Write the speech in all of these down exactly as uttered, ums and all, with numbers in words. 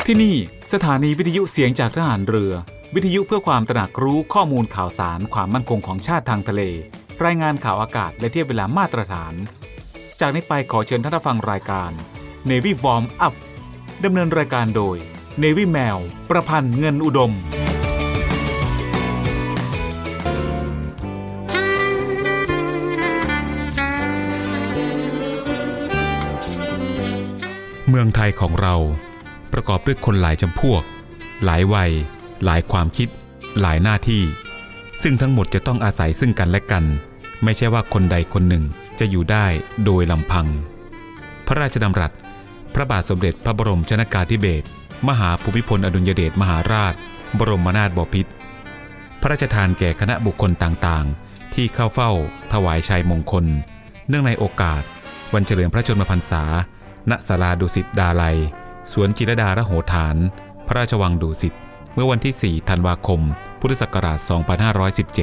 ที่นี่สถานีวิทยุเสียงจากทหารเรือวิทยุเพื่อความตระหนักรู้ข้อมูลข่าวสารความมั่นคงของชาติทางทะเลรายงานข่าวอากาศและเทียบเวลามาตรฐานจากนี้ไปขอเชิญท่านรับฟังรายการ Navy Warm Up ดำเนินรายการโดย Navy แมวประพันธ์เงินอุดมเมืองไทยของเราประกอบด้วยคนหลายจำพวกหลายวัยหลายความคิดหลายหน้าที่ซึ่งทั้งหมดจะต้องอาศัยซึ่งกันและกันไม่ใช่ว่าคนใดคนหนึ่งจะอยู่ได้โดยลำพังพระราชดำรัสพระบาทสมเด็จพระบรมชนกาธิเบศรมหาภูมิพลอดุลยเดชมหาราชบรมนาถบพิตรพระราชทานแก่คณะบุคคลต่างๆที่เข้าเฝ้าถวายชัยมงคลเนื่องในโอกาสวันเฉลิมพระชนมพรรษาณศาลาดุสิตดาลัยสวนจิรดาระโหฐานพระราชวังดุสิตเมื่อวันที่สี่ธันวาคมพุทธศักราชสองพันห้าร้อยสิบเจ็ด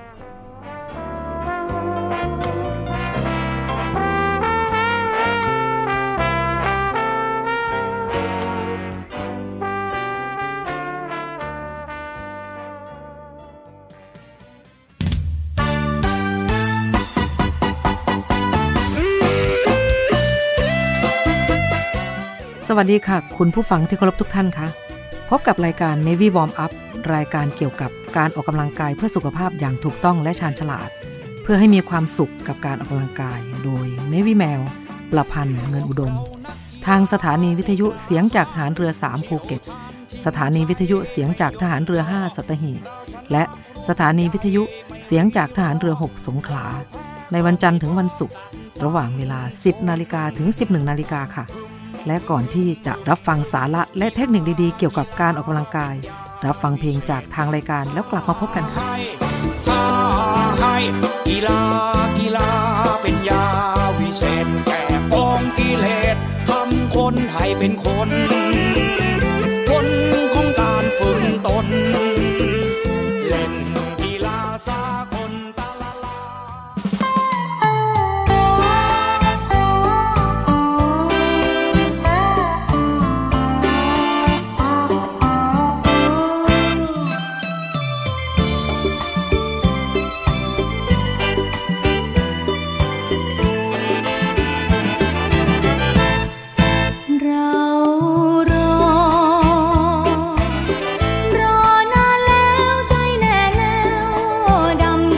สวัสดีค่ะคุณผู้ฟังที่เคารพทุกท่านคะพบกับรายการ Navy Warm Up รายการเกี่ยวกับการออกกำลังกายเพื่อสุขภาพอย่างถูกต้องและชาญฉลาดเพื่อให้มีความสุขกับการออกกำลังกายโดย Navy แมวประพันธ์เงินอุดมทางสถานีวิทยุเสียงจากทหารเรือสามภูเก็ตสถานีวิทยุเสียงจากทหารเรือห้าสัตหีบและสถานีวิทยุเสียงจากทหารเรือหกสงขลาในวันจันทร์ถึงวันศุกร์ระหว่างเวลา สิบนาฬิกา ถึง สิบเอ็ดนาฬิกาค่ะและก่อนที่จะรับฟังสาระและเทคนิคดีๆเกี่ยวกับการออกกำลังกายรับฟังเพลงจากทางรายการแล้วกลับมาพบกันค่ะให้กีฬากีฬาเป็นยาวิเศษแก้กองกิเลสทำคนให้เป็นคนคนของการฝึกตนเล่นกีฬาสากลรอนานแล้วใจแน่แล้วดำ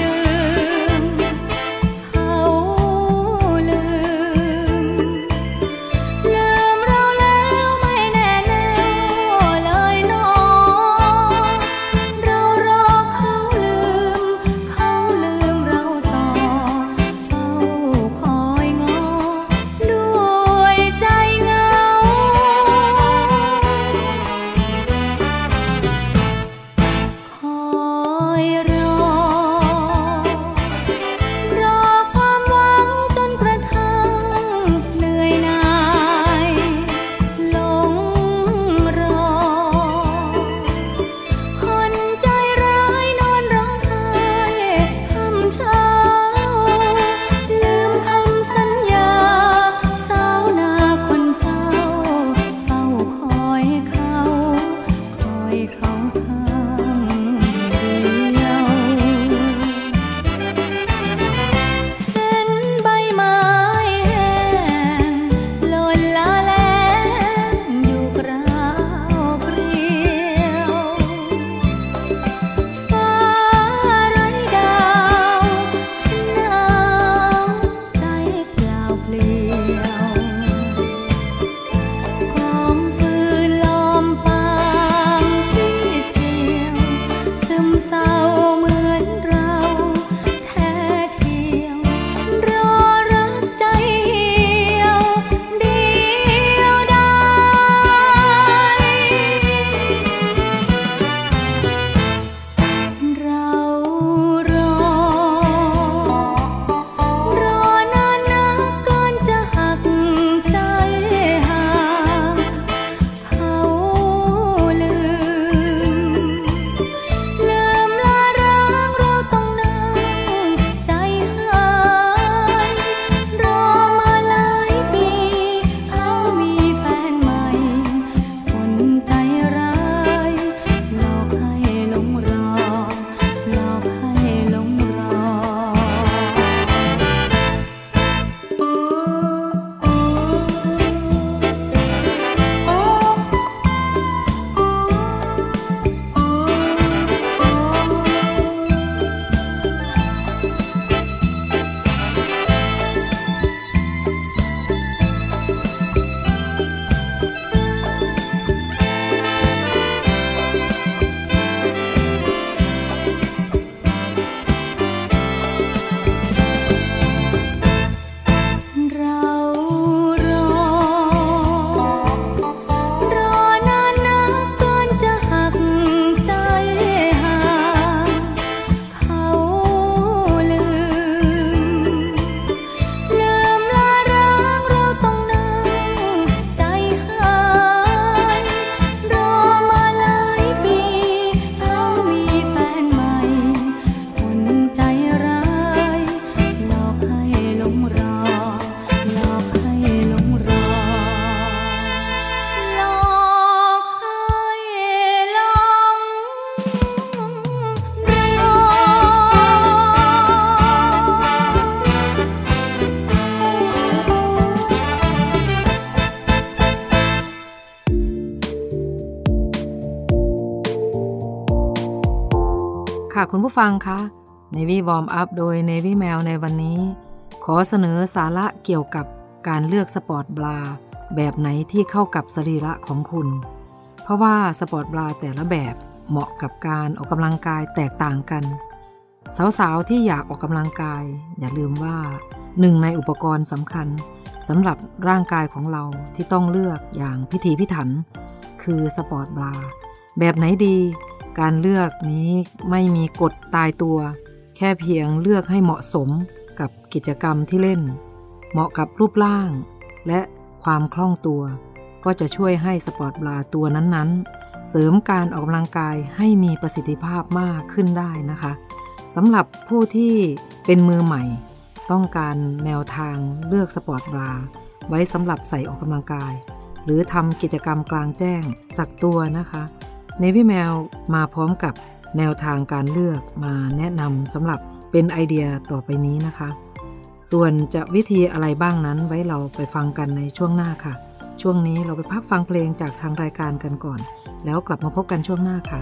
ค่ะคุณผู้ฟังคะ Navy Warm Up โดย Navy แมวในวันนี้ขอเสนอสาระเกี่ยวกับการเลือกสปอร์ตบราแบบไหนที่เข้ากับสรีระของคุณเพราะว่าสปอร์ตบราแต่ละแบบเหมาะกับการออกกำลังกายแตกต่างกันสาวๆที่อยากออกกำลังกายอย่าลืมว่าหนึ่งในอุปกรณ์สำคัญสำหรับร่างกายของเราที่ต้องเลือกอย่างพิถีพิถันคือสปอร์ตบราแบบไหนดีการเลือกนี้ไม่มีกฎตายตัวแค่เพียงเลือกให้เหมาะสมกับกิจกรรมที่เล่นเหมาะกับรูปร่างและความคล่องตัวก็จะช่วยให้สปอร์ตบราตัวนั้นๆเสริมการออกกำลังกายให้มีประสิทธิภาพมากขึ้นได้นะคะสำหรับผู้ที่เป็นมือใหม่ต้องการแนวทางเลือกสปอร์ตบราไว้สำหรับใส่ออกกำลังกายหรือทำกิจกรรมกลางแจ้งสักตัวนะคะ Navy แมวมาพร้อมกับแนวทางการเลือกมาแนะนำสำหรับเป็นไอเดียต่อไปนี้นะคะส่วนจะวิธีอะไรบ้างนั้นไว้เราไปฟังกันในช่วงหน้าค่ะช่วงนี้เราไปพักฟังเพลงจากทางรายการกันก่อนแล้วกลับมาพบกันช่วงหน้าค่ะ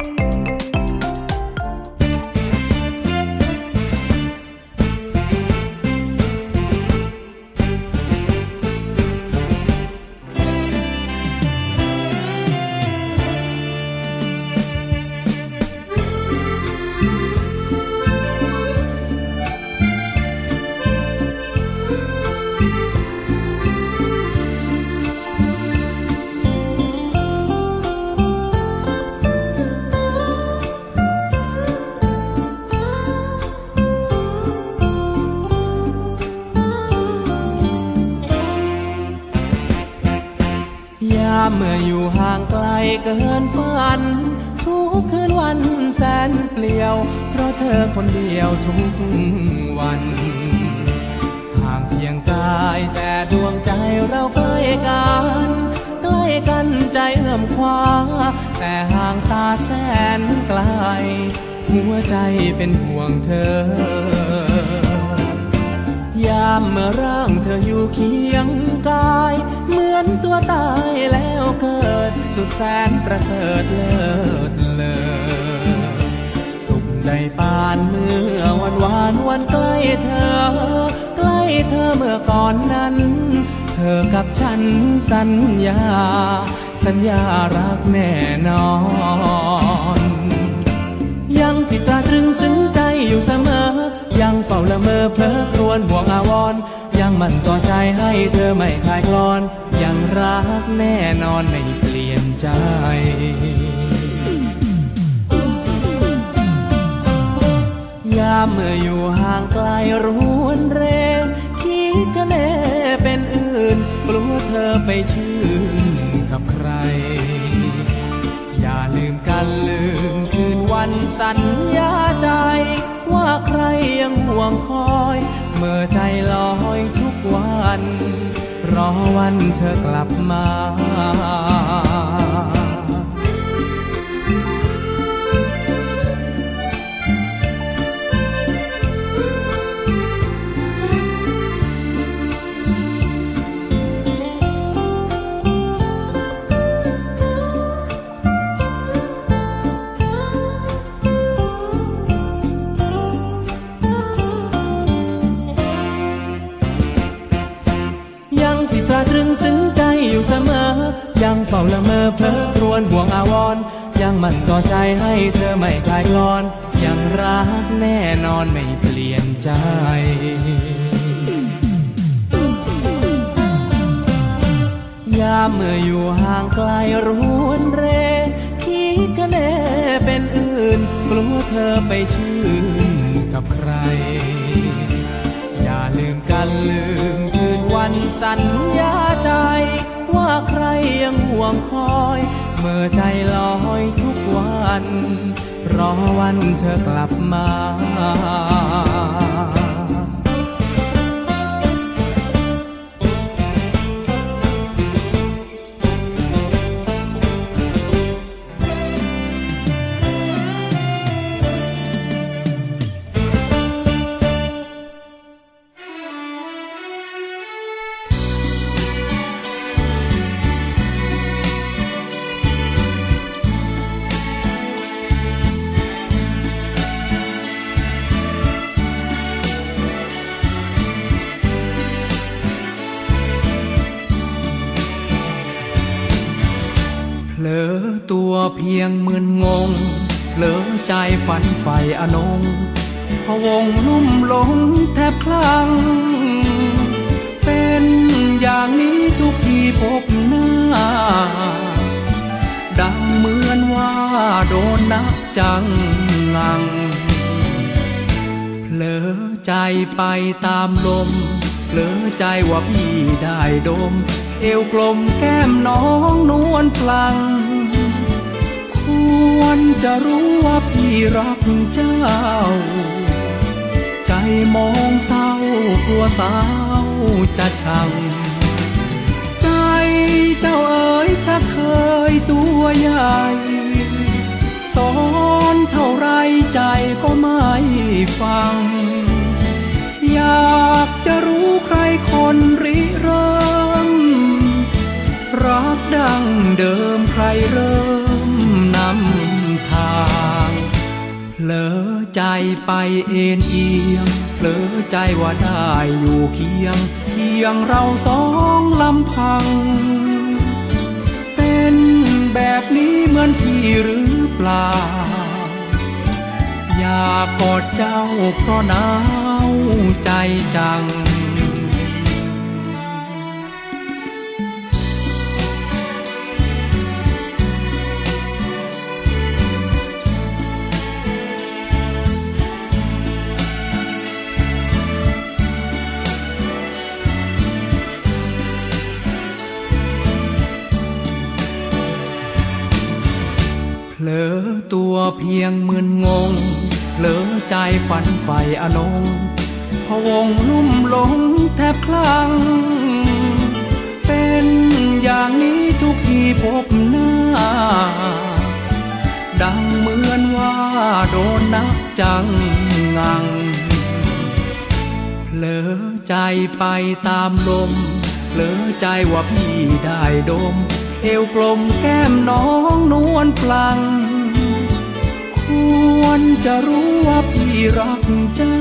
เมื่ออยู่ห่างไกลเกินฝันทุกคืนวันแสนเปลี่ยวเพราะเธอคนเดียวทุกวันห่างเพียงกายแต่ดวงใจเราใกล้กันใกล้กันใจเอื้อมคว้าแต่ห่างตาแสนไกลหัวใจเป็นห่วงเธอยามเมื่อร่างเธออยู่เคียงกายเหมือนตัวตายแล้วเกิดสุดแสนประเสริฐเลิศเลอสุขได้ปานเมื่อวันวานวันใกล้เธอใกล้เธอเมื่อก่อนนั้นเธอกับฉันสัญญาสัญญารักแน่นอนยังติดตราตรึงซึ้งใจอยู่เสมอยังเฝ้าละเมอเพลอครวญห่วงอาวรณ์ยังมั่นต่อใจให้เธอไม่คลายคลอนยังรักแน่นอนไม่เปลี่ยนใจยามเมื่ออยู่ห่างไกลรวนเรคิดกันแน่เป็นอื่นกลัวเธอไปชื่นกับใครอย่าลืมกันลืมคืนวันสัญญาใจว่าใครยังห่วงคอยเมื่อใจลอยทุกวันรอวันเธอกลับมาตรึงซึ้งใจอยู่เสมอยังเฝ้าละเมอเพลอครวญห่วงอาวรณ์ยังมั่นต่อใจให้เธอไม่คลายคลอนยังรักแน่นอนไม่เปลี่ยนใจยามเมื่ออยู่ห่างไกลรวนเรคิดกันแน่เป็นอื่นกลัวเธอไปชื่นกับใครอย่าลืมกันลืมคืนวันสัญญาใจว่าใครยังห่วงคอยเมื่อใจลอยทุกวันรอวันเธอกลับมาเลอตัวเพียงมึนงงเผลอใจฝันใฝ่อนงพะวงลุ่มหลงแทบคลั่งเป็นอย่างนี้ทุกทีพบหน้าดังเหมือนว่าโดนนักจังงังเผลอใจไปตามลมเผลอใจว่าพี่ได้ดมเอวกลมแก้มน้องนวลพลังควรจะรู้ว่าพี่รักเจ้าใจมองเศร้ากลัวสาวจะชังใจเจ้าเอ๋ยชักเคยตัวใหญ่สอนเท่าไรใจก็ไม่ฟังอยากจะรู้ใครคนริเริ่มรักดังเดิมใครเริ่มนำทางเผลอใจไปเอ็นเอียงเผลอใจว่าได้อยู่เคียงเคียงเราสองลำพังเป็นแบบนี้เหมือนพี่หรือเปล่าอยากกอดเจ้าเพราะหนาวใจจังเผลอตัวเพียงมึนงงเผลอใจฝันใฝ่อนงพะวงลุ่มหลงแทบคลั่งเป็นอย่างนี้ทุกทีพบหน้าดังเหมือนว่าโดนนักจังงังเผลอใจไปตามลมเผลอใจว่าพี่ได้ดมเอวกลมแก้มน้องนวลพลังควรจะรู้ว่าพี่รักเจ้า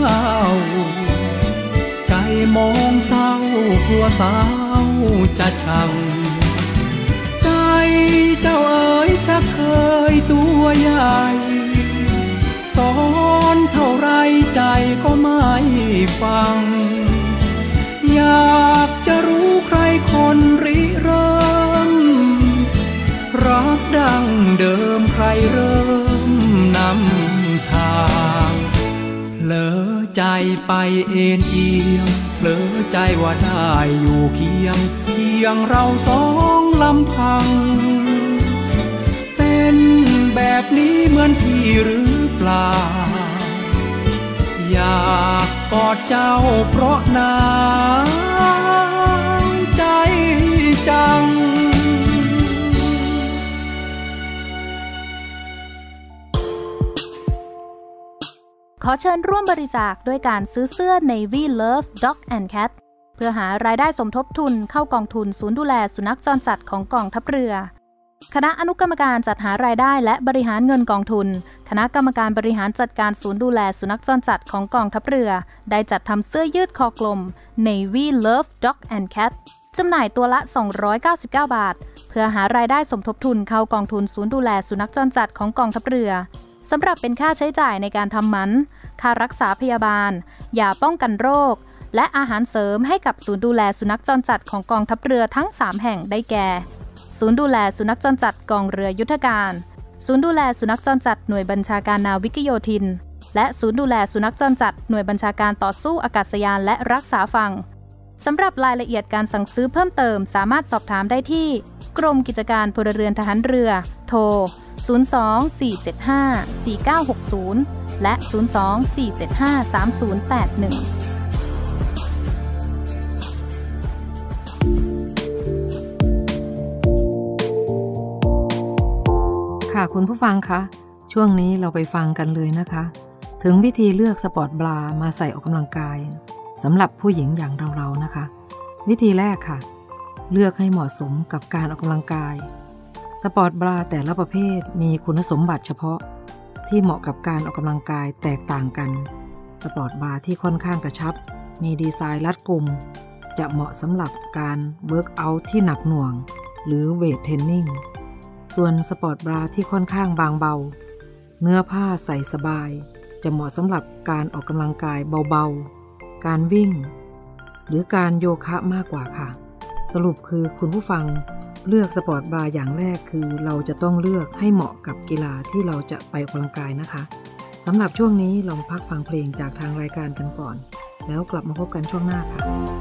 ใจมองเศร้ากลัวสาวจะชังใจเจ้าเอ๋ยชักเคยตัวใหญ่สอนเท่าไรใจก็ไม่ฟังอยากจะรู้ใครคนริเริ่มรักดังเดิมใครเริ่มนำทางเผลอใจไปเอ็นเอียงเผลอใจว่าได้อยู่เคียงเคียงเราสองลำพังเป็นแบบนี้เหมือนพี่หรือเปล่าอยากกอดเจ้าเพราะหนาวใจจังขอเชิญร่วมบริจาคด้วยการซื้อเสื้อ Navy Love Dog and Cat เพื่อหารายได้สมทบทุนเข้ากองทุนศูนย์ดูแลสุนัขจรจัดของกองทัพเรือคณะอนุกรรมการจัดหารายได้และบริหารเงินกองทุนคณะกรรมการบริหารจัดการศูนย์ดูแลสุนัขจรจัดของกองทัพเรือได้จัดทำเสื้อยืดคอกลม Navy Love Dog and Cat จำหน่ายตัวละสองร้อยเก้าสิบเก้าบาทเพื่อหารายได้สมทบทุนเข้ากองทุนศูนย์ดูแลสุนัขจรจัดของกองทัพเรือสำหรับเป็นค่าใช้จ่ายในการทำหมันค่ารักษาพยาบาลยาป้องกันโรคและอาหารเสริมให้กับศูนย์ดูแลสุนัขจรจัดของกองทัพเรือทั้งสามแห่งได้แก่ศูนย์ดูแลสุนัขจรจัดกองเรือยุทธการศูนย์ดูแลสุนัขจรจัดหน่วยบัญชาการนาวิกโยธินและศูนย์ดูแลสุนัขจรจัดหน่วยบัญชาการต่อสู้อากาศยานและรักษาฝั่งสำหรับรายละเอียดการสั่งซื้อเพิ่มเติมสามารถสอบถามได้ที่กรมกิจการพลเรือนทหารเรือโทรศูนย์ สอง สี่ เจ็ด ห้า สี่ เก้า หก ศูนย์และศูนย์ สอง สี่ เจ็ด ห้า สาม ศูนย์ แปด หนึ่งค่ะคุณผู้ฟังคะช่วงนี้เราไปฟังกันเลยนะคะถึงวิธีเลือกสปอร์ตบรามาใส่ออกกำลังกายสำหรับผู้หญิงอย่างเราๆนะคะวิธีแรกค่ะเลือกให้เหมาะสมกับการออกกำลังกายสปอร์ตบราแต่ละประเภทมีคุณสมบัติเฉพาะที่เหมาะกับการออกกำลังกายแตกต่างกันสปอร์ตบราที่ค่อนข้างกระชับมีดีไซน์รัดกุมจะเหมาะสำหรับการเวิร์กเอาท์ที่หนักหน่วงหรือเวทเทรนนิ่งส่วนสปอร์ตบราที่ค่อนข้างบางเบาเนื้อผ้าใส่สบายจะเหมาะสำหรับการออกกำลังกายเบาๆการวิ่งหรือการโยคะมากกว่าค่ะสรุปคือคุณผู้ฟังเลือกสปอร์ตบราอย่างแรกคือเราจะต้องเลือกให้เหมาะกับกีฬาที่เราจะไปออกกำลังกายนะคะสำหรับช่วงนี้ลองพักฟังเพลงจากทางรายการกันก่อนแล้วกลับมาพบกันช่วงหน้าค่ะ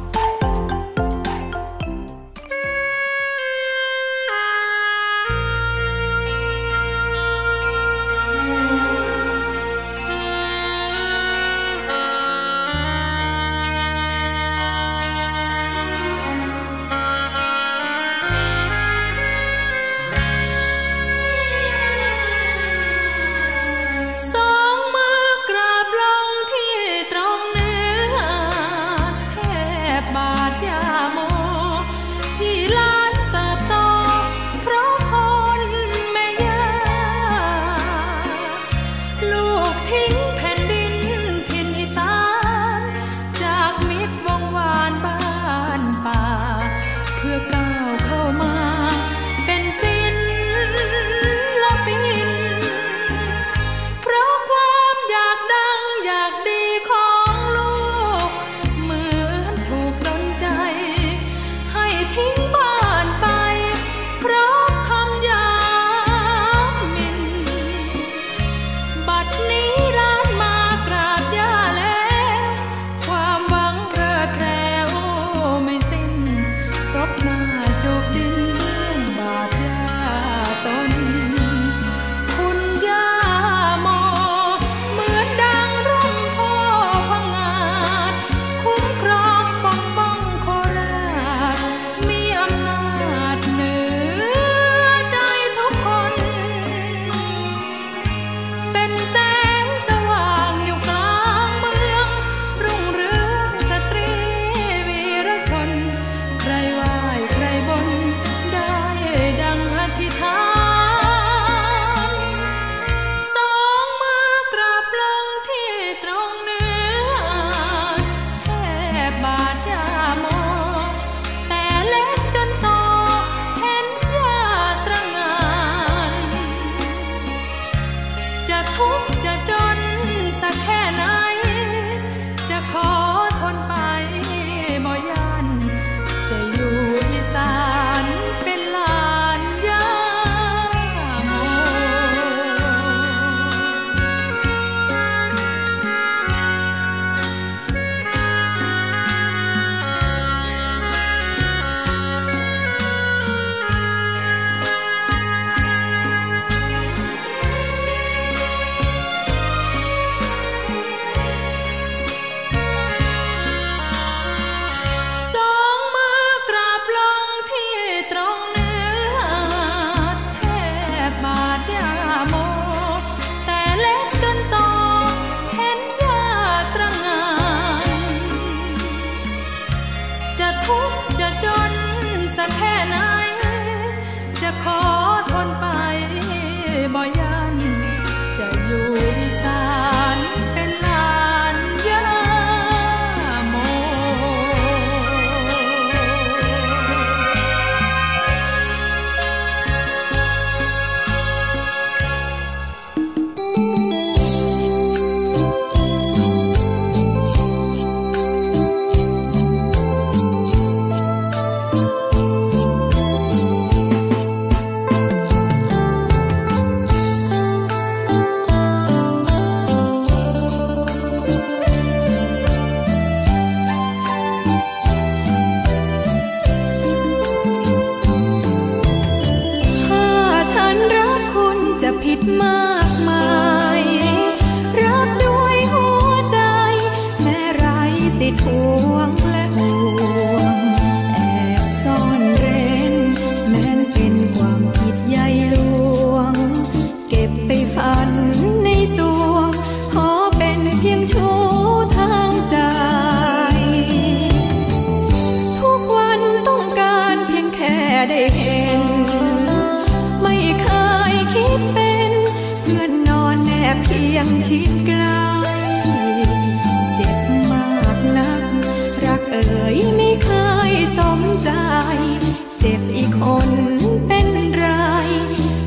ชิดไกลเจ็บมากนักรักเอ่ยไม่เคยสมใจเจ็บอีกคนเป็นไร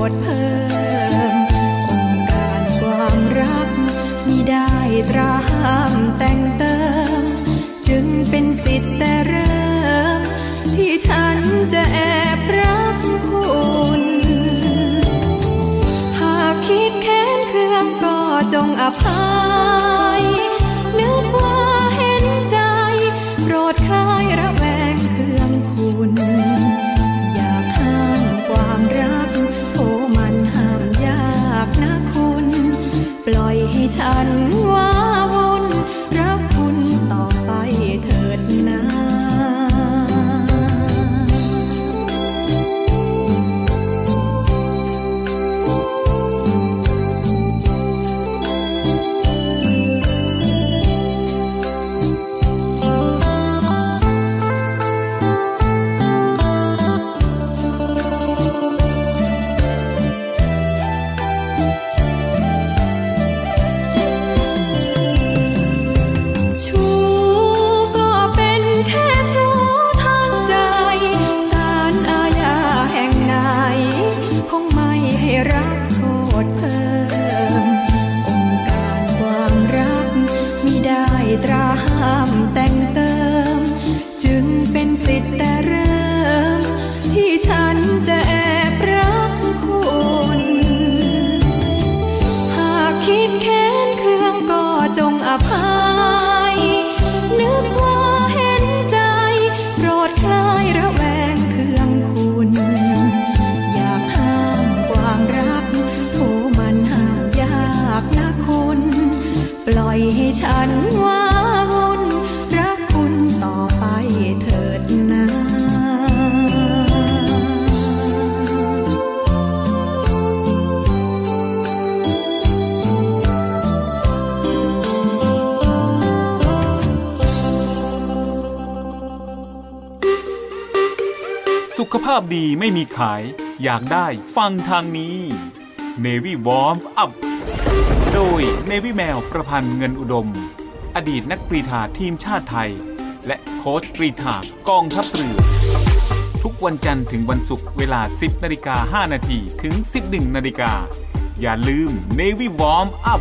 ษเพิ่มองค์การความรักมิได้ตราห้ามแต่งเติมจึงเป็นสิทธิ์แต่เริ่มที่ฉันจะแอบรักคุณหากคิดแค้นเคืองก็จงอภัยนึกว่าเห็นใจโปรดคลายระแวงเคืองคุณอยากห้ามความรักโอ้มันห้ามยากนะคุณปล่อยให้ฉันว้าวุ่นรักคุณต่อไปเถิดนะตราห้ามแต่งเติมจึงเป็นสิทธิ์แต่เริ่มที่ฉันจะแอบรักคุณหากคิดแค้นเคืองก็จงอภัยนึกว่าเห็นใจโปรดคลายระแวงเคืองคุณอยากห้ามความรักโอ้มันห้ามยากนะคุณปล่อยให้ฉันว่าวุ่นรักคุณต่อไปเถิดนะสุขภาพดีไม่มีขายอยากได้ฟังทางนี้ Navy Warm Up โดย Navy แมวประพันธ์เงินอุดมอดีตนักกรีฑาทีมชาติไทยและโค้ชกรีฑากองทัพเรือทุกวันจันทร์ถึงวันศุกร์เวลา สิบนาฬิกาห้านาทีถึง สิบเอ็ดนาฬิกาอย่าลืม Navy Warm Up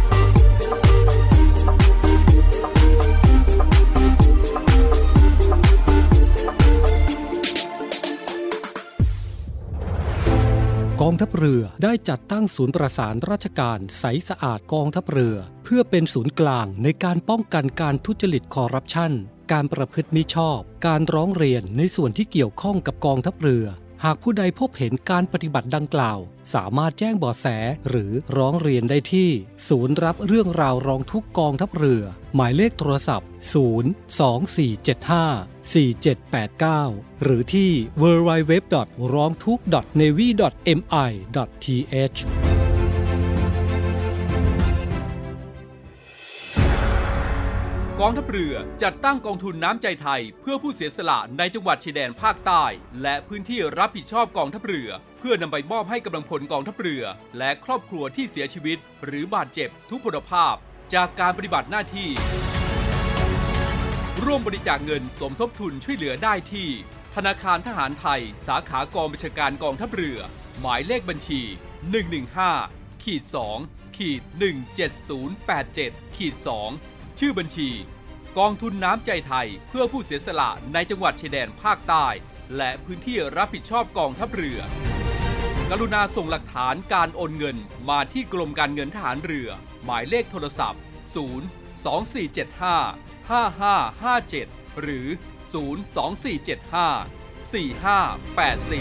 กองทัพเรือได้จัดตั้งศูนย์ประสานราชการใสสะอาดกองทัพเรือเพื่อเป็นศูนย์กลางในการป้องกันการทุจริตคอร์รัปชันการประพฤติมิชอบการร้องเรียนในส่วนที่เกี่ยวข้องกับกองทัพเรือหากผู้ใดพบเห็นการปฏิบัติดังกล่าวสามารถแจ้งเบาะแสหรือร้องเรียนได้ที่ศูนย์รับเรื่องราวร้องทุกข์กองทัพเรือหมายเลขโทรศัพท์ ศูนย์ สอง สี่ เจ็ด ห้า สี่ เจ็ด แปด เก้า หรือที่ ดับเบิลยู ดับเบิลยู ดับเบิลยู ดอท ร้องทุกข์ ดอท เนวี ดอท เอ็ม ไอ ดอท ที เอชกองทัพเรือจัดตั้งกองทุนน้ำใจไทยเพื่อผู้เสียสละในจังหวัดชายแดนภาคใต้และพื้นที่รับผิดชอบกองทัพเรือเพื่อนำไปมอบให้กำลังพลกองทัพเรือและครอบครัวที่เสียชีวิตหรือบาดเจ็บทุพพลภาพจากการปฏิบัติหน้าที่ร่วมบริจาคเงินสมทบทุนช่วยเหลือได้ที่ธนาคารทหารไทยสาขากองบัญชาการกองทัพเรือหมายเลขบัญชี หนึ่ง หนึ่ง ห้า สอง หนึ่ง เจ็ด ศูนย์ แปด เจ็ด สองชื่อบัญชีกองทุนน้ำใจไทยเพื่อผู้เสียสละในจังหวัดชายแดนภาคใต้และพื้นที่รับผิดชอบกองทัพเรือกรุณาส่งหลักฐานการโอนเงินมาที่กรมการเงินทหารเรือหมายเลขโทรศัพท์ ศูนย์ สอง สี่ เจ็ด ห้า ห้า ห้า ห้า เจ็ด หรือ ศูนย์ สอง สี่ เจ็ด ห้า สี่ ห้า แปด สี่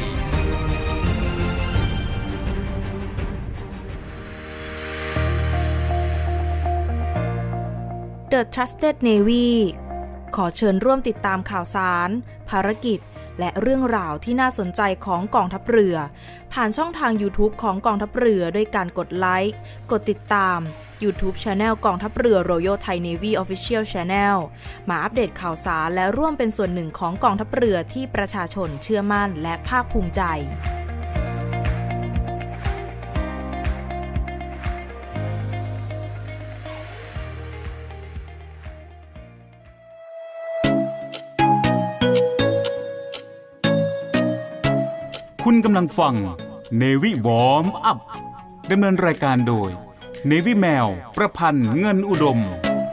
The Trusted Navy ขอเชิญร่วมติดตามข่าวสารภารกิจและเรื่องราวที่น่าสนใจของกองทัพเรือผ่านช่องทาง YouTube ของกองทัพเรือด้วยการกดไลค์กดติดตาม YouTube Channel กองทัพเรือ Royal Thai Navy Official Channel มาอัปเดตข่าวสารและร่วมเป็นส่วนหนึ่งของกองทัพเรือที่ประชาชนเชื่อมั่นและภาคภูมิใจคุณกำลังฟัง Navy Warm Up ดำเนินรายการโดย Navy แมวประพันธ์เงินอุดม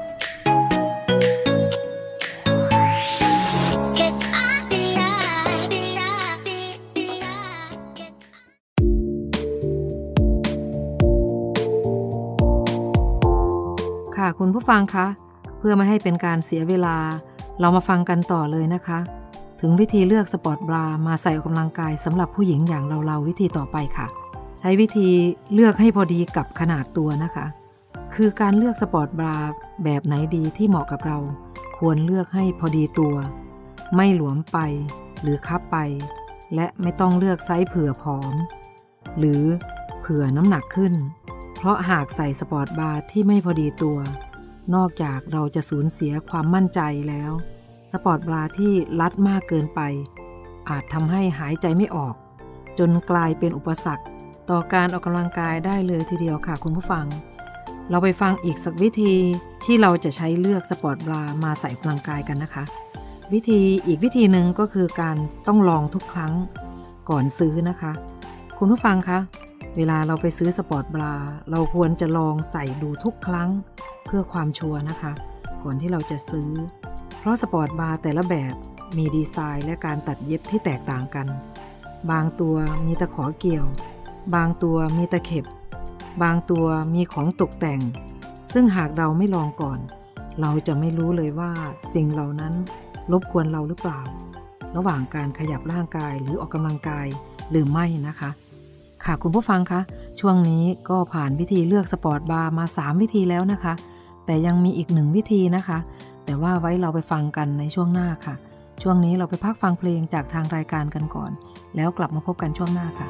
ค่ะคุณผู้ฟังคะเพื่อไม่ให้เป็นการเสียเวลาเรามาฟังกันต่อเลยนะคะถึงวิธีเลือกสปอร์ตบรามาใส่ออกกำลังกายสำหรับผู้หญิงอย่างเราๆวิธีต่อไปค่ะใช้วิธีเลือกให้พอดีกับขนาดตัวนะคะคือการเลือกสปอร์ตบราแบบไหนดีที่เหมาะกับเราควรเลือกให้พอดีตัวไม่หลวมไปหรือคับไปและไม่ต้องเลือกไซส์เผื่อผอมหรือเผื่อน้ำหนักขึ้นเพราะหากใส่สปอร์ตบราที่ไม่พอดีตัวนอกจากเราจะสูญเสียความมั่นใจแล้วสปอร์ตบราที่รัดมากเกินไปอาจทำให้หายใจไม่ออกจนกลายเป็นอุปสรรคต่อการออกกำลังกายได้เลยทีเดียวค่ะคุณผู้ฟังเราไปฟังอีกสักวิธีที่เราจะใช้เลือกสปอร์ตบรามาใส่ออกกำลังกายกันนะคะวิธีอีกวิธีหนึ่งก็คือการต้องลองทุกครั้งก่อนซื้อนะคะคุณผู้ฟังคะเวลาเราไปซื้อสปอร์ตบราเราควรจะลองใส่ดูทุกครั้งเพื่อความชัวร์นะคะก่อนที่เราจะซื้อเพราะสปอร์ตบราแต่ละแบบมีดีไซน์และการตัดเย็บที่แตกต่างกันบางตัวมีตะขอเกี่ยวบางตัวมีตะเข็บบางตัวมีของตกแต่งซึ่งหากเราไม่ลองก่อนเราจะไม่รู้เลยว่าสิ่งเหล่านั้นรบกวนเราหรือเปล่าระหว่างการขยับร่างกายหรือออกกำลังกายหรือไม่นะคะค่ะคุณผู้ฟังคะช่วงนี้ก็ผ่านวิธีเลือกสปอร์ตบาร์มาสามวิธีแล้วนะคะแต่ยังมีอีกหนึ่งวิธีนะคะแต่ว่าไว้เราไปฟังกันในช่วงหน้าค่ะช่วงนี้เราไปพักฟังเพลงจากทางรายการกันก่อนแล้วกลับมาพบกันช่วงหน้าค่ะ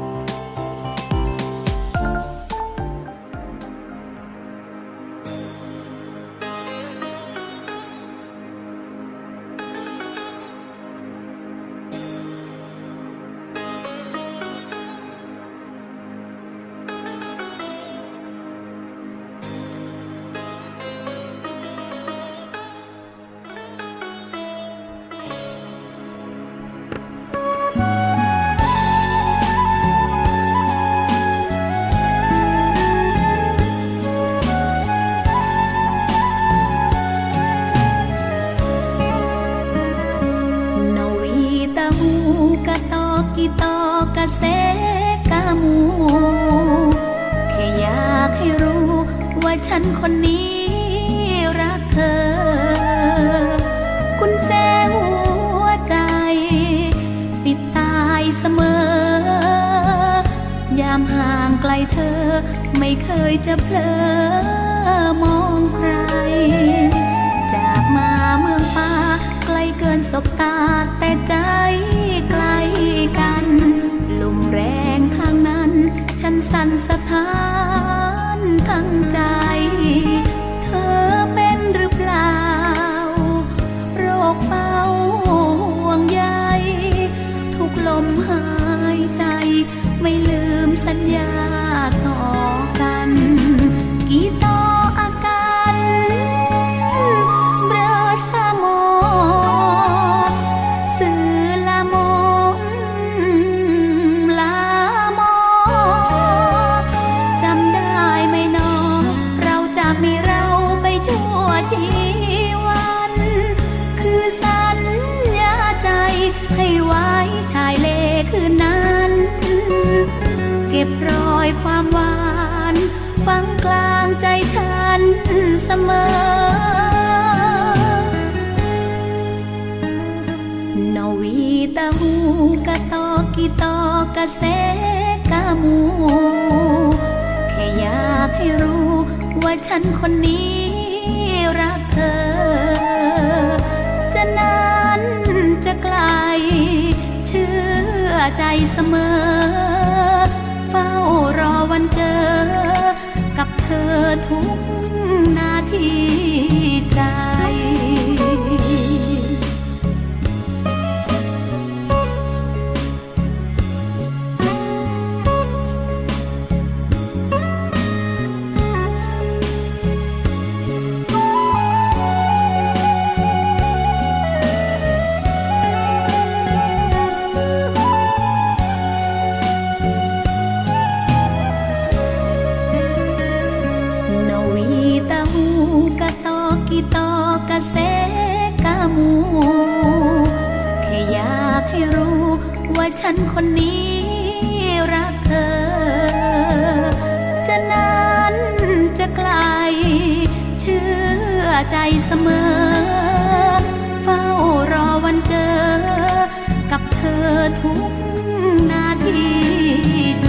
เสกามูแค่อยากให้รู้ว่าฉันคนนี้รักเธอกุญแจหัวใจปิดตายเสมอยามห่างไกลเธอไม่เคยจะเพลอมองใครจากมาเมืองฟ้าไกลเกินสบตาแต่ใจไกลกันลมแรงทางนั้นฉันสั่นสะท้านทั้งใจเธอเป็นหรือเปล่าโรคเฝ้าห่วงใยทุกลมหายใจไม่ลืมสัญญาต่อกันกี่ต่ออาการเบรอสมอสื่อละมนลามอจำได้ไหมน้องเราจะมีเราไปชั่วชีวันคือสัญญาใจให้ไว้ชายเลคืนนั้นเก็บรอยความหวานฝังกลางใจฉันเสมอนวีตะหูกะตอกิตอกะเสกามูแค่อยากให้รู้ว่าฉันคนนี้รักเธอจะนานจะไกลเชื่อใจเสมอเฝ้ารอวันเจอกับเธอทุกนาทีใจว่าฉันคนนี้รักเธอจะนานจะไกลเชื่อใจเสมอเฝ้ารอวันเจอกับเธอทุกนาทีใจ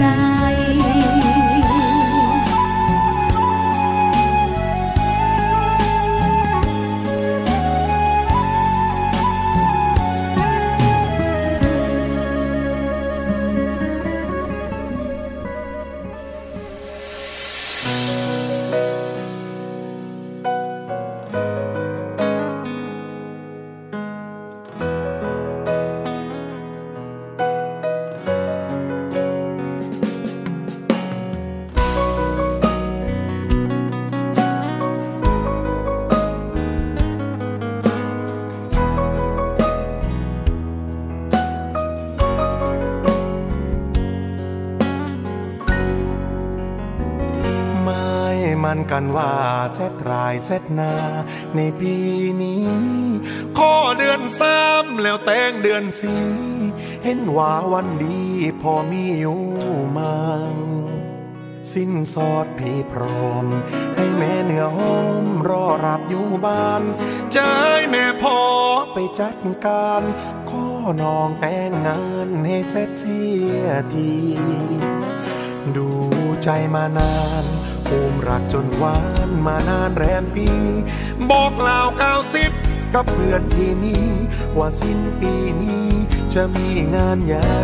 กันว่าเซตรายเซตนาในปีนี้ข้อเดือนสามแล้วแต่งเดือนสี่เห็นว่าวันดีพอมีอยู่มังสิ้นสอดพี่พร้อมให้แม่เนื้อหอมรอรับอยู่บ้านใจแม่พอไปจัดการข้อน้องแต่งงานให้เสร็จเสียทีดูใจมานานภูมิรักจนหวานมานานแรมปีบอกลาวเก้าสิบกับเพื่อนที่นี่ว่าสิ้นปีนี้จะมีงานใหญ่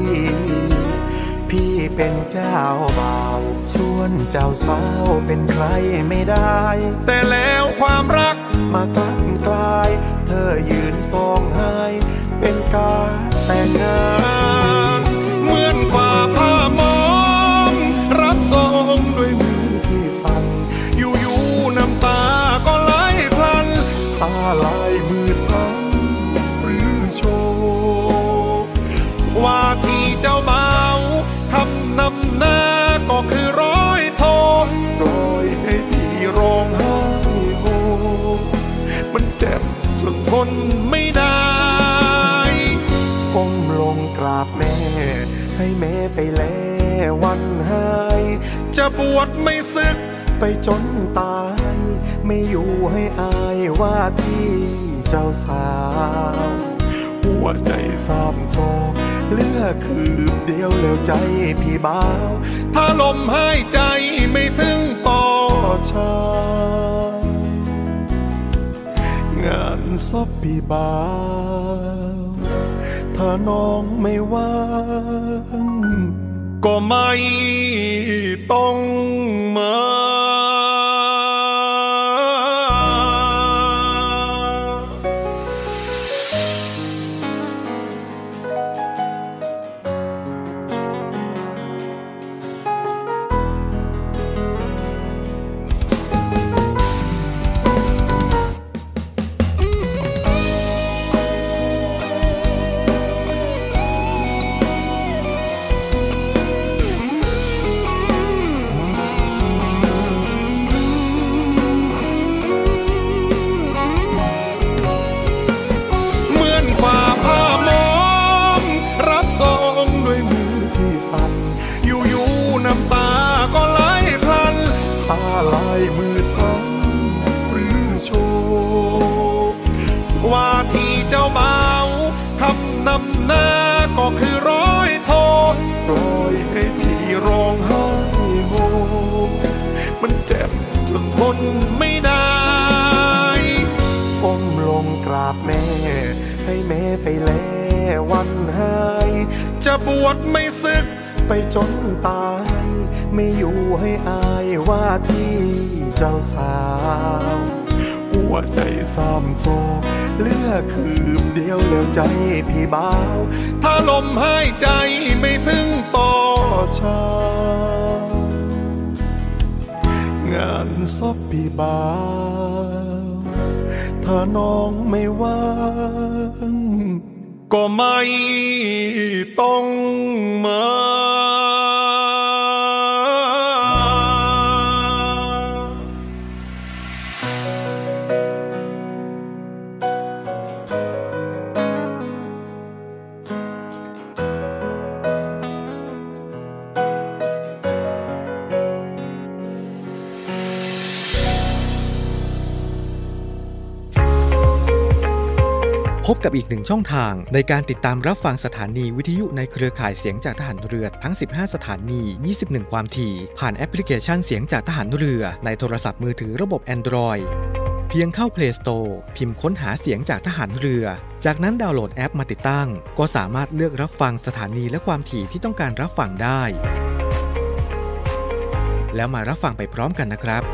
พี่เป็นเจ้าบ่าวส่วนเจ้าสาวเป็นใครไม่ได้แต่แล้วความรักมากลับกลายเธอยืนซองไห้เป็นการแต่งงานเหมือนฝ่าผ้ามองรับซองด้วยมือที่สั่นอยู่ๆน้ำตาก็ไหลพลันตาลายมือสั่นหรือโชว์ว่าที่เจ้าบ่าวคำนำหน้าก็คือร้อยโทปล่อยให้พี่ร้องไห้โฮมันเจ็บจนทนไม่ได้ก้มลงกราบแม่ให้แม่ไปแลวันหายจะบวชไม่สึกไปจนตายไม่อยู่ให้อายว่าที่เจ้าสาวหัวใจสามโศกเหลือคืบเดียวแล้วใจพี่บ่าวถ้าลมหายใจไม่ถึงต่อชางานศพพี่บ่าวถ้าน้องไม่ว่างก็ไม่ต้องมาเจ้าบ่าวคำนำหน้าก็คือร้อยโทปล่อยให้พี่ร้องไห้โฮมันเจ็บจนทนไม่ได้ก้มลงกราบแม่ให้แม่ไปแลวันหายจะบวชไม่สึกไปจนตายไม่อยู่ให้อายว่าที่เจ้าสาวหัวใจสามโศกเหลือคืบเดียวแล้วใจพี่บ่าวถ้าลมหายใจไม่ถึงต่อชางานศพพี่บ่าวถ้าน้องไม่ว่างก็ไม่ต้องมาบกับอีกหนึ่งช่องทางในการติดตามรับฟังสถานีวิทยุในเครือข่ายเสียงจากทหารเรือทั้งสิบห้าสถานียี่สิบเอ็ดความถี่ผ่านแอปพลิเคชันเสียงจากทหารเรือในโทรศัพท์มือถือระบบ Android เพียงเข้า Play Store พิมพ์ค้นหาเสียงจากทหารเรือจากนั้นดาวน์โหลดแอปมาติดตั้งก็สามารถเลือกรับฟังสถานีและความถี่ที่ต้องการรับฟังได้แล้วมารับฟังไปพร้อมกันนะครับ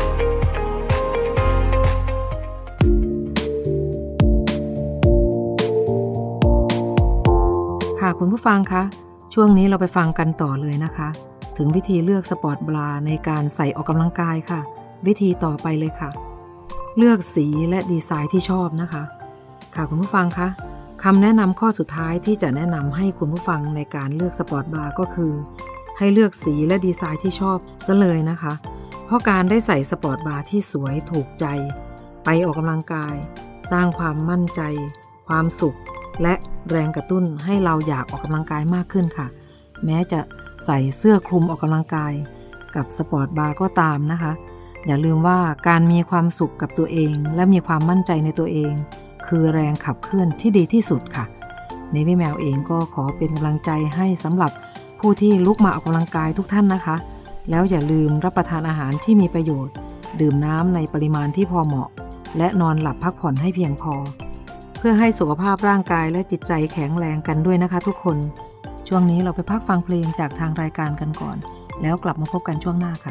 ค่ะคุณผู้ฟังคะช่วงนี้เราไปฟังกันต่อเลยนะคะถึงวิธีเลือกสปอร์ตบราในการใส่ออกกำลังกายค่ะวิธีต่อไปเลยค่ะเลือกสีและดีไซน์ที่ชอบนะคะค่ะคุณผู้ฟังคะคำแนะนำข้อสุดท้ายที่จะแนะนำให้คุณผู้ฟังในการเลือกสปอร์ตบราก็คือให้เลือกสีและดีไซน์ที่ชอบซะเลยนะคะเพราะการได้ใส่สปอร์ตบราที่สวยถูกใจไปออกกำลังกายสร้างความมั่นใจความสุขและแรงกระตุ้นให้เราอยากออกกำลังกายมากขึ้นค่ะแม้จะใส่เสื้อคลุมออกกำลังกายกับสปอร์ตบาร์ก็ตามนะคะอย่าลืมว่าการมีความสุขกับตัวเองและมีความมั่นใจในตัวเองคือแรงขับเคลื่อนที่ดีที่สุดค่ะNavy Mailเองก็ขอเป็นกำลังใจให้สำหรับผู้ที่ลุกมาออกกำลังกายทุกท่านนะคะแล้วอย่าลืมรับประทานอาหารที่มีประโยชน์ดื่มน้ำในปริมาณที่พอเหมาะและนอนหลับพักผ่อนให้เพียงพอเพื่อให้สุขภาพร่างกายและจิตใจแข็งแรงกันด้วยนะคะทุกคนช่วงนี้เราไปพักฟังเพลงจากทางรายการกันก่อนแล้วกลับมาพบกันช่วงหน้าค่ะ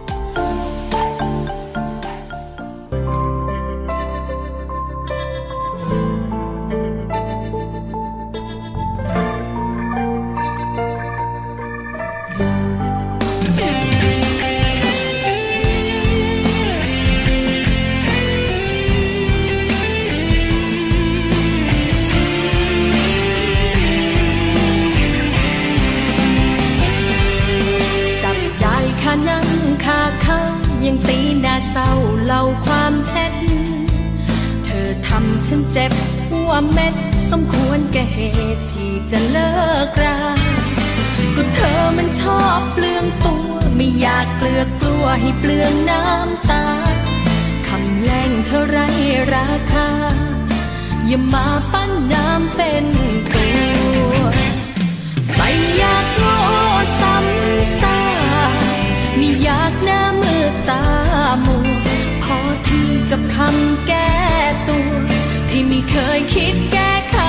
ยังตีหน้าเศร้าเล่าความเท็จเธอทำฉันเจ็บหัวเม็ดสมควรแก่เหตุที่จะเลิกราก็เธอมันชอบเปลืองตัวไม่อยากเกลือกกลัวให้เปลืองน้ำตาคำแรงเธอไร้ราคาอย่ามาปั้นน้ำเป็นตัวไม่อยากโง่ซ้ำซากไม่อยากหน้ามือตามัวพอที่กับคำแก้ตัวที่ไม่เคยคิดแก้ไข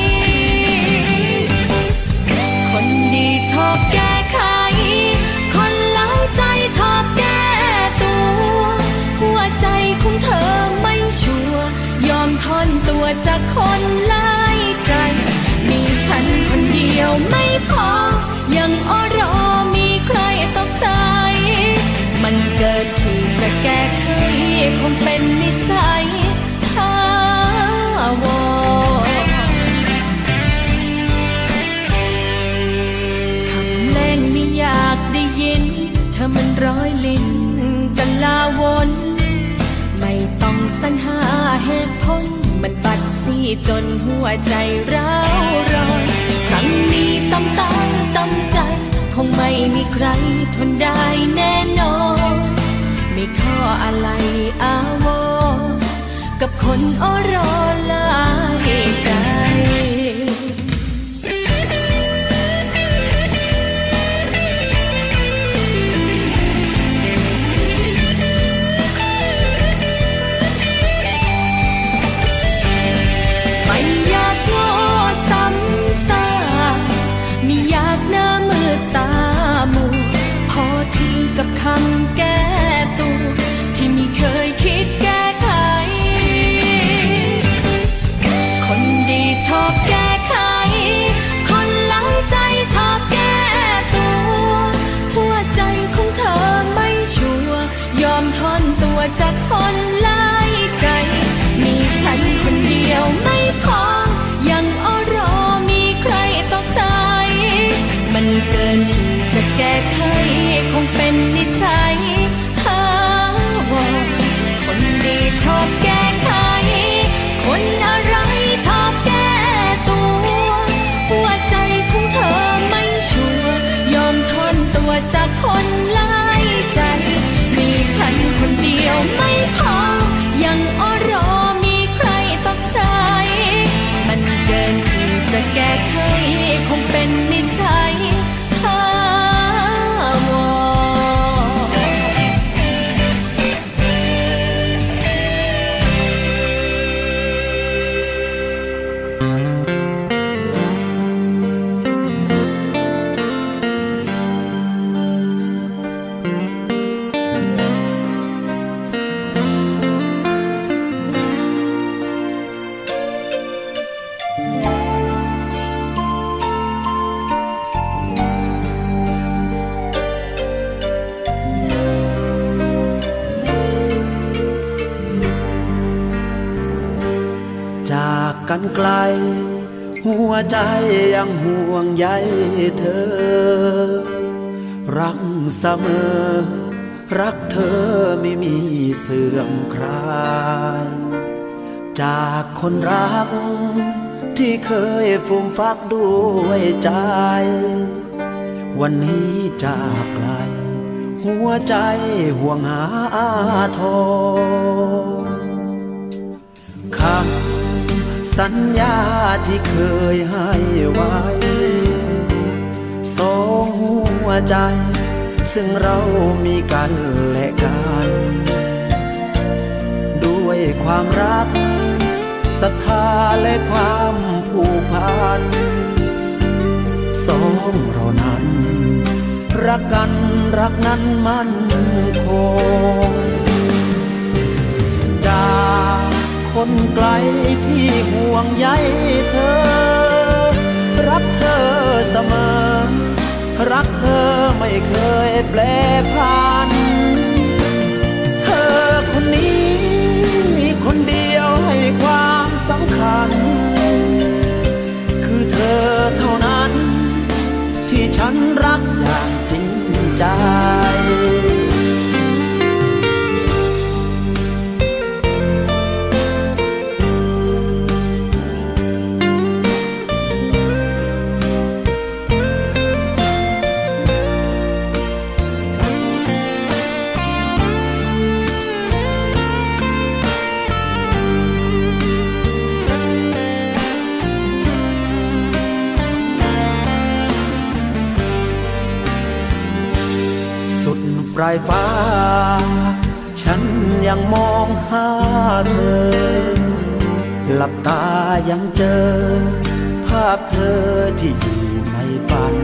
คนดีชอบแก้ไขคนเล้าใจชอบแก้ตัวหัวใจของเธอไม่ชัวร์ยอมทนตัวจากคนหลายใจมีฉันคนเดียวไม่พอยังอ้อรอมีใครต้องใครมันเกิดที่จะแก้ไขคงเป็นนิสัยถาวรคำแรงไม่อยากได้ยินเธอมันร้อยลิ้นกันลาวนไม่ต้องสรรหาเหตุผลมันบัดซี่จนหัวใจร้าวร้อนครั้งนี้ตั้มตั้งตั้มใจคงไม่มีใครทนได้แน่นอนไม่ข้ออะไรอาวรกับคนอ้อรอหลายใจไม่อยากโง่ซ้ำซากไม่อยากหน้ามือตามัวพอที่กับคำแก้ตัวที่ไม่เคยคิดแก้ไขคนดีชอบแก้ไขคนหลังใจชอบแก้ตัวหัวใจของเธอไม่ชัวร์ยอมทนตัวจากคนหลายใจมีฉันคนเดียวไม่พอยังอ้อรอมีใครต้องใครมันเกินที่จะแก้ไขคงเป็นนิสัยถาวรคนดีชอบแก้ไขคนอะไรชอบแก้ตัวหัวใจของเธอไม่ชัวร์ยอมทนตัวจากคนหลายใจมีฉันคนเดียวไม่พอยังอ้อรอมีใครต้องใครกันไกลหัวใจยังห่วงใยเธอรักเสมอรักเธอไม่มีเสื่อมคลายจากคนรักที่เคยฟูมฟักด้วยใจวันนี้จากไกลหัวใจห่วงหาทรคำสัญญาที่เคยให้ไว้สองหัวใจซึ่งเรามีกันและกันด้วยความรักศรัทธาและความผูกพันสองเรานั้นรักกันรักนั้นมั่นคงจากคนไกลที่ห่วงใยเธอรักเธอเสมอรักเธอไม่เคยแปรผันเธอคนนี้มีคนเดียวให้ความสำคัญคือเธอเท่านั้นที่ฉันรักอย่างจริงใจปลายฟ้าฉันยังมองหาเธอหลับตายังเจอภาพเธอที่อยู่ในฝัน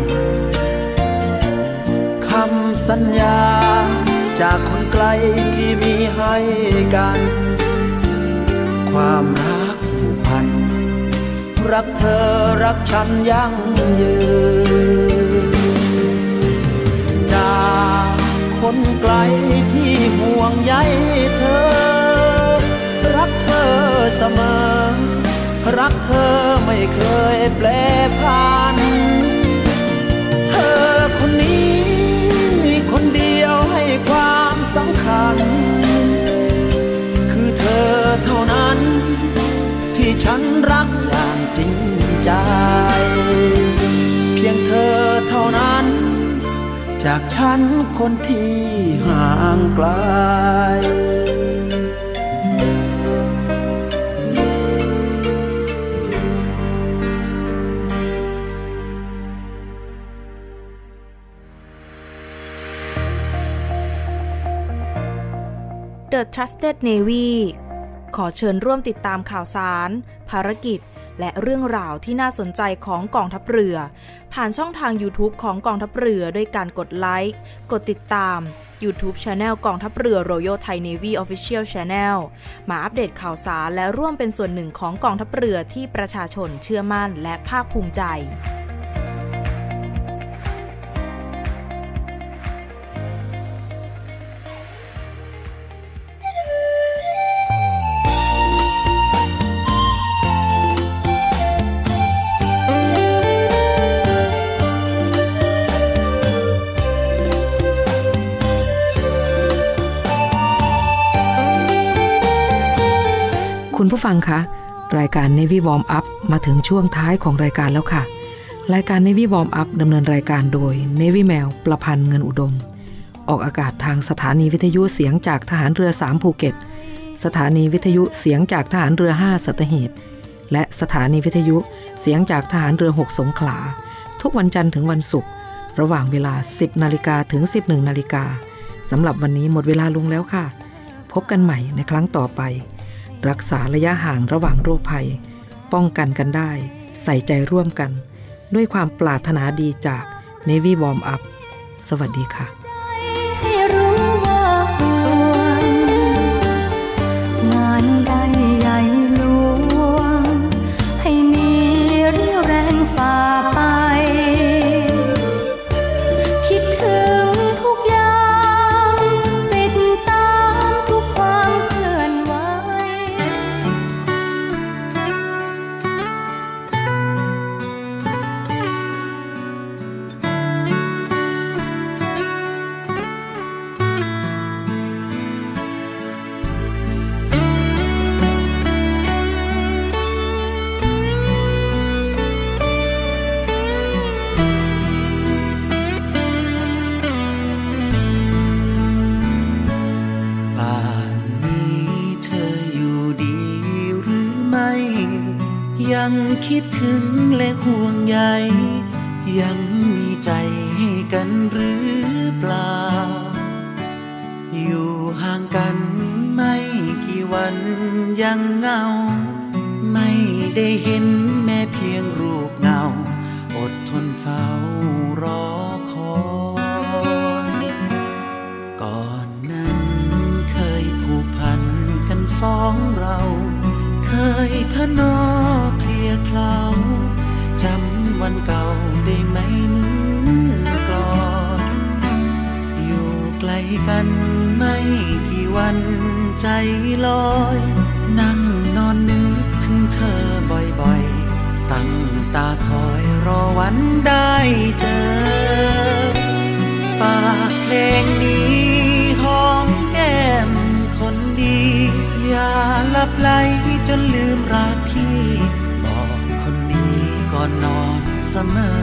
คำสัญญาจากคนไกลที่มีให้กันความรักผูกพันรักเธอรักฉันยั่งยืนจากคนไกลที่ห่วงใยเธอรักเธอเสมอรักเธอไม่เคยแปรผันเธอคนนี้มีคนเดียวให้ความสำคัญคือเธอเท่านั้นที่ฉันรักอย่างจริงใจเพียงเธอเท่านั้นจากฉันคนที่ห่างไกล The Trusted Navy ขอเชิญร่วมติดตามข่าวสารภารกิจและเรื่องราวที่น่าสนใจของกองทัพเรือผ่านช่องทาง YouTube ของกองทัพเรือด้วยการกดไลค์กดติดตาม YouTube Channel กองทัพเรือ Royal Thai Navy Official Channel มาอัปเดตข่าวสารและร่วมเป็นส่วนหนึ่งของกองทัพเรือที่ประชาชนเชื่อมั่นและภาคภูมิใจคุณผู้ฟังคะรายการ Navy Warm Up มาถึงช่วงท้ายของรายการแล้วค่ะรายการ Navy Warm Up ดำเนินรายการโดย Navy แมวประพันธ์เงินอุดมออกอากาศทางสถานีวิทยุเสียงจากทหารเรือสามภูเก็ตสถานีวิทยุเสียงจากทหารเรือห้าสัตหีบและสถานีวิทยุเสียงจากทหารเรือหกสงขลาทุกวันจันทร์ถึงวันศุกร์ระหว่างเวลา สิบนาฬิกาถึง สิบเอ็ดนาฬิกาสำหรับวันนี้หมดเวลาลงแล้วค่ะพบกันใหม่ในครั้งต่อไปรักษาระยะห่างระหว่างโรคภัยป้องกันกันได้ใส่ใจร่วมกันด้วยความปรารถนาดีจาก Navy Warm Up สวัสดีค่ะให้รู้ว่าห่วงงานใดใหญ่หลวงให้มีเรี่ยวแรงฝ่าไปคิดถึงทุกอย่างติดตามทุกความเคลื่อนไหวยังคิดถึงและห่วงใยยังมีใจให้กันหรือเปล่าอยู่ห่างกันไม่กี่วันยังเหงาไม่ได้เห็นแม้เพียงรูปเงาอดทนเฝ้ารอคอยก่อนนั้นเคยผูกพันกันสองเราเคยพนอเคลียร์เคล้าจำวันเก่าได้ไหมนึกก่อนอยู่ไกลกันไม่กี่วันใจลอยนั่งนอนนึกถึงเธอบ่อยๆตั้งตาคอยรอวันได้เจอฝากเพลงนี้หอมแก้มคนดีอย่าหลับไหลจนลืมรักพี่บอกคนนี้ก่อนนอนเสมอ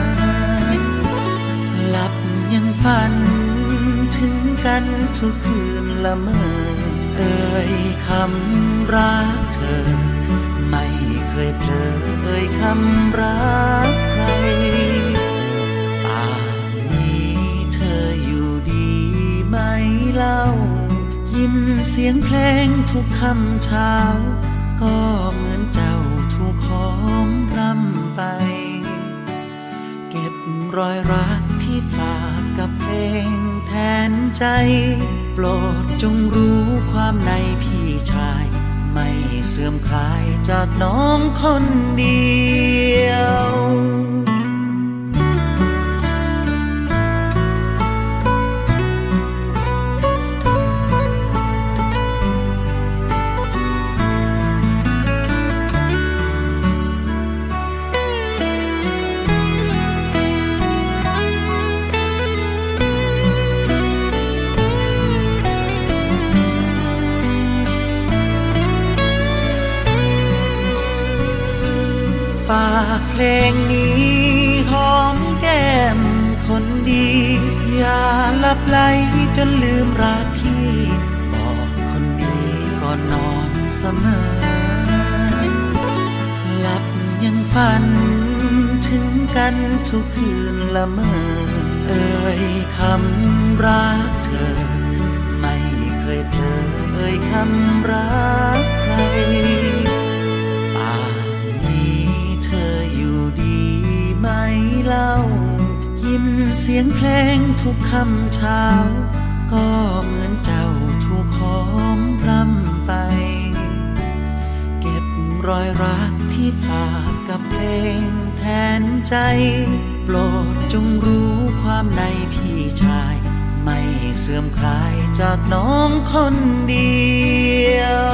หลับยังฝันถึงกันทุกคืนละเมอเอ่ยคำรักเธอไม่เคยเผลอเอ่ยคำรักใครป่านนี้เธออยู่ดีไหมเล่ายินเสียงเพลงทุกคำเช้าก็เหมือนเจ้าถูกขอมรำไปเก็บรอยรักที่ฝากกับเพลงแทนใจโปรดจงรู้ความในพี่ชายไม่เสื่อมคลายจากน้องคนเดียวฝากเพลงนี้หอมแก้มคนดีอย่าหลับไหลจนลืมรักพี่บอกคนดีก่อนนอนเสมอหลับยังฝันถึงกันทุกคืนละเมอเอ่ยคำรักเธอไม่เคยเผลอเอ่ยคำรักใครไม่เล่ายินเสียงเพลงทุกคำเช้าก็เหมือนเจ้าถูกขอมรำไปเก็บรอยรักที่ฝากกับเพลงแทนใจโปรดจงรู้ความในพี่ชายไม่เสื่อมคลายจากน้องคนเดียว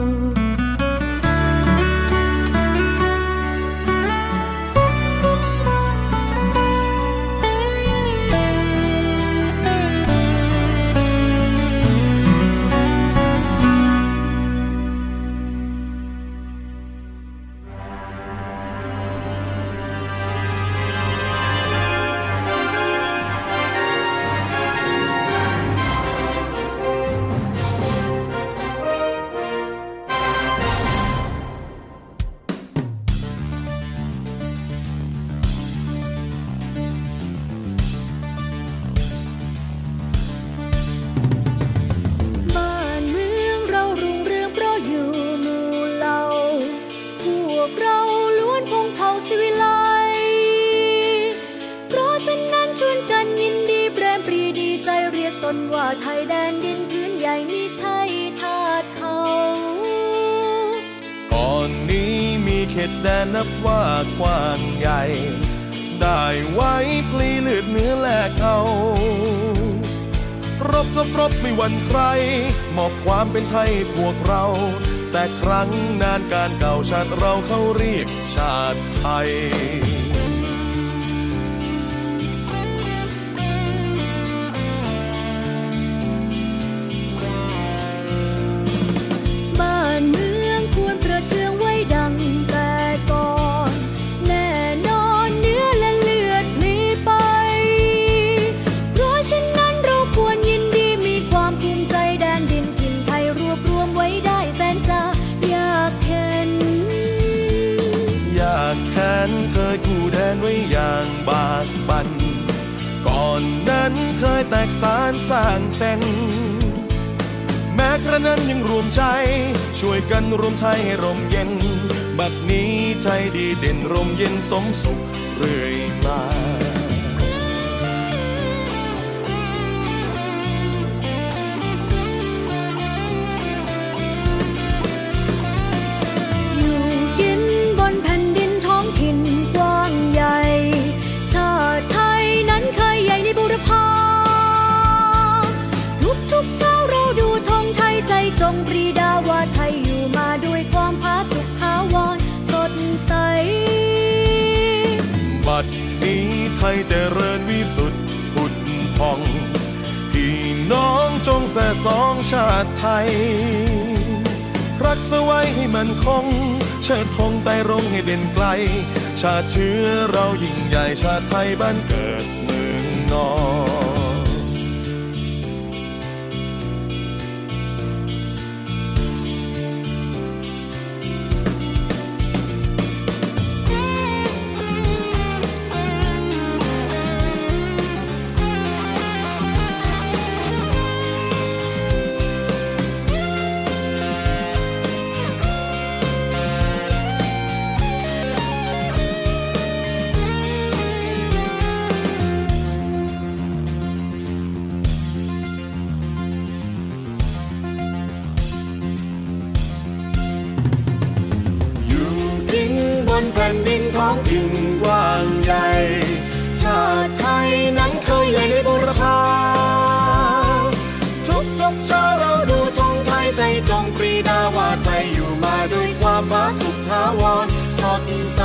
ว่าไทยแดนดินพื้นใหญ่มิใช่ทาสเขาก่อนนี้มีเขตแดนนับว่ากว้างใหญ่ได้ไว้พลีเลือดเนื้อแลกเอารบรบรบไม่หวั่นใครมอบความเป็นไทยพวกเราแต่ครั้งนานการเก่าชาติเราเขาเรียกชาติไทยบันก่อนนั้นเคยแตกสานสร้างเส้นแม้กระนั้นยังรวมใจช่วยกันรวมไทยให้ร่มเย็นบัดนี้ใจดีเด่นร่มเย็นสมสุขเรื่อยมาอยู่กินบนแผ่นดินท้องถิ่นกว้างใหญ่ชาติไทยนั้นเคยใหญ่ในบูรพาทุกๆเช้าเราดูธงไทยใจจงปรีดาว่าไทยอยู่มาด้วยความผาสุกขาวรสดใสบัดนี้ไทยเจริญวิสุทธิ์ผุดพองพี่น้องจงแส่สองชาติไทยรักษาไว้ให้มันคงเชิดธงไต่รงให้เด่นไกลชาติเชื้อเรายิ่งใหญ่ชาติไทยบ้านเกิดเมืองนอนแผ่นดินท้องถิ่นกว้างใหญ่ชาติไทยนั้นเคยใหญ่ในบูรพาทุกทุกเช้าเราดูธงไทยใจจงปรีดาว่าไทยอยู่มาด้วยความผาสุกถาวรสดใส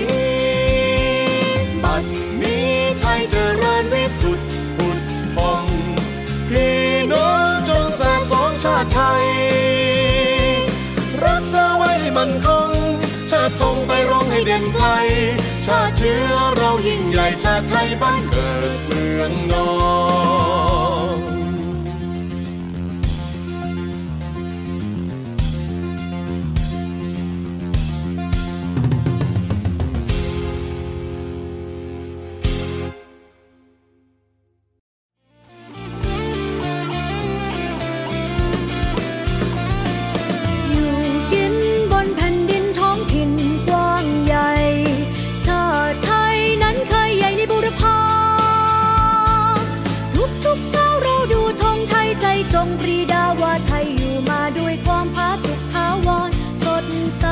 บัดนี้ไทยเจริญวิสุทธิ์ผุดพองพี่น้องจงแส่สองชาติไทยรักษาไว้มันคงชาติธงไปร้องให้เด่นไกลชาติเชื้อเรายิ่งใหญ่ชาติไทยบ้านเกิดเมืองนอนจงปรีดาว่าไทยอยู่มาด้วยความผาสุกถาวรสดใส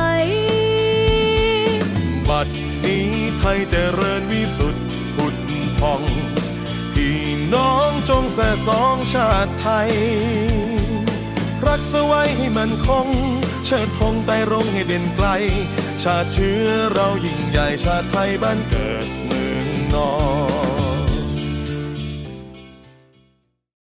บัดนี้ไทยเจริญวิสุทธิ์ผุดพองพี่น้องจงแส่สองชาติไทยรักษาไว้ให้มันคงเชิดธงไต่รงให้เด่นไกลชาติเชื้อเรายิ่งใหญ่ชาติไทยบ้านเกิดเมืองนอน